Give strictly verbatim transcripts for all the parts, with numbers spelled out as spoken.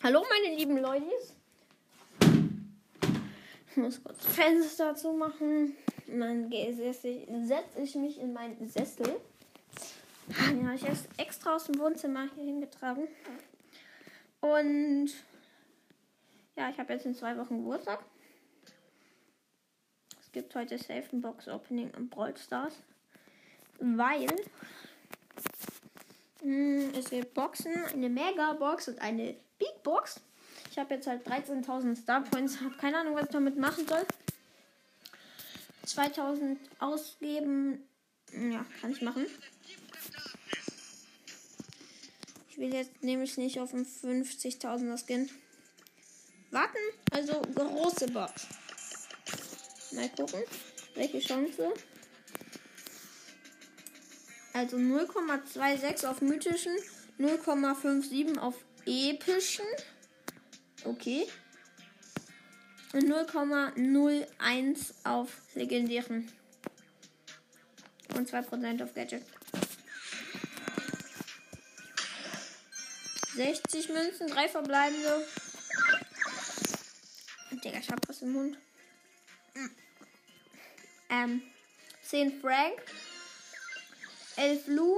Hallo meine lieben Leute. Ich muss kurz Fenster zu machen. Und dann setze ich mich in meinen Sessel. Den habe ich erst extra aus dem Wohnzimmer hier hingetragen. Und ja, ich habe jetzt in zwei Wochen Geburtstag. Es gibt heute Safe ein Box Opening am Brawl Stars. Weil mh, es gibt Boxen, eine Mega Box und eine Big Box. Ich habe jetzt halt dreizehntausend Star Points. Habe keine Ahnung, was ich damit machen soll. zweitausend ausgeben. Ja, kann ich machen. Ich will jetzt nämlich nicht auf einen fünfzigtausender Skin warten. Also große Box. Mal gucken, welche Chance. Also null Komma sechsundzwanzig auf mythischen, null Komma siebenundfünfzig auf epischen. Okay. Und null Komma null eins auf legendären. Und zwei Prozent auf Gadget. sechzig Münzen, drei verbleibende. Digga, ich hab was im Mund. Ähm, zehn Frank. elf Lu.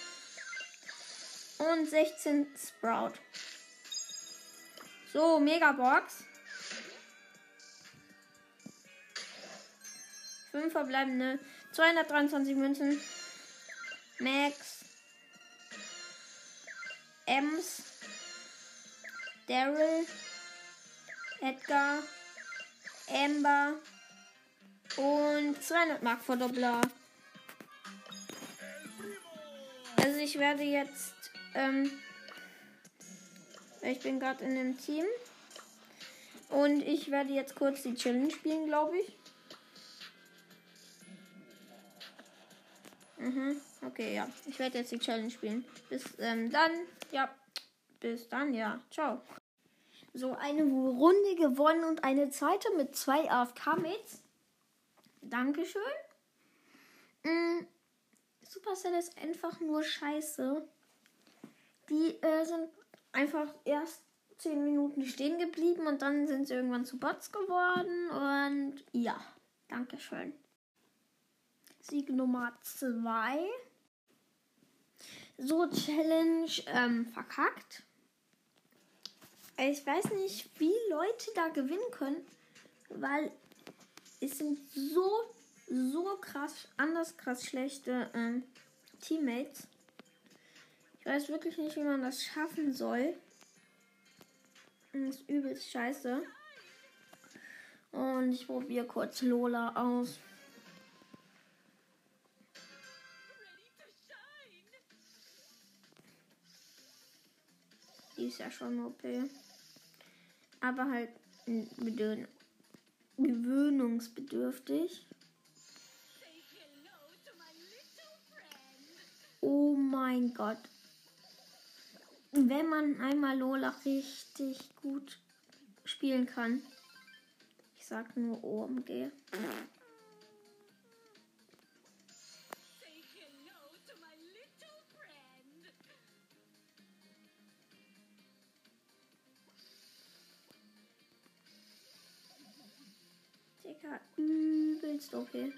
Und sechzehn Sprout. So, Megabox. fünf verbleibende. zweihundertdreiundzwanzig Münzen. Max. Ems. Daryl. Edgar. Amber. Und zweihundert Mark Verdoppler. Also ich werde jetzt, ähm, ich bin gerade in einem Team. Und ich werde jetzt kurz die Challenge spielen, glaube ich. Mhm, okay, ja. Ich werde jetzt die Challenge spielen. Bis ähm, dann, ja. Bis dann, ja. Ciao. So, eine Runde gewonnen und eine zweite mit zwei A F K-Mates. Dankeschön. Mhm. Supercell ist einfach nur scheiße. Die äh, sind einfach erst zehn Minuten stehen geblieben und dann sind sie irgendwann zu Bots geworden. Und ja, Dankeschön. Sieg Nummer zwei. So, Challenge ähm, verkackt. Ich weiß nicht, wie Leute da gewinnen können, weil es sind so, so krass, anders krass schlechte ähm, Teammates. Ich weiß wirklich nicht, wie man das schaffen soll. Das ist übelst scheiße. Und ich probiere kurz Lola aus. Die ist ja schon O P. Aber halt bedürf- gewöhnungsbedürftig. Oh mein Gott. Wenn man einmal Lola richtig gut spielen kann. Ich sag nur O M G. Digga, übelst okay.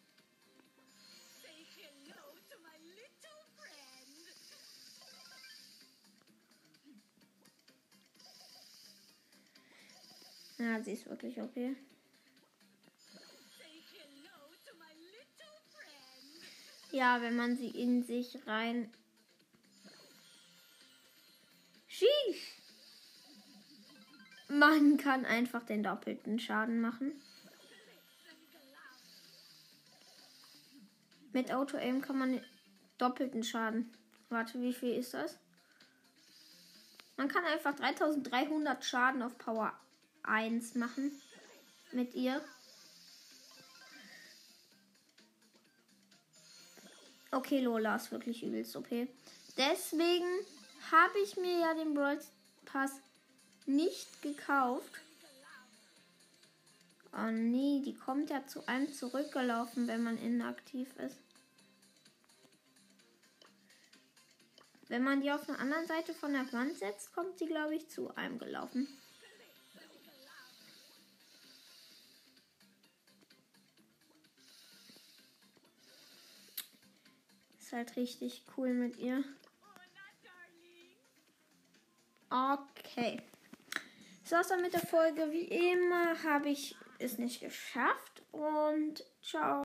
Ja, sie ist wirklich okay. Ja, wenn man sie in sich rein... Schieß! Man kann einfach den doppelten Schaden machen. Mit Auto-Aim kann man doppelten Schaden. Warte, wie viel ist das? Man kann einfach dreitausenddreihundert Schaden auf Power eins machen. Mit ihr. Okay, Lola ist wirklich übelst O P. Deswegen habe ich mir ja den Brawl Pass nicht gekauft. Oh nee, die kommt ja zu einem zurückgelaufen, wenn man inaktiv ist. Wenn man die auf der anderen Seite von der Wand setzt, kommt sie, glaube ich, zu einem gelaufen. Ist halt richtig cool mit ihr. Okay. Das war's dann mit der Folge. Wie immer habe ich es nicht geschafft. Und ciao.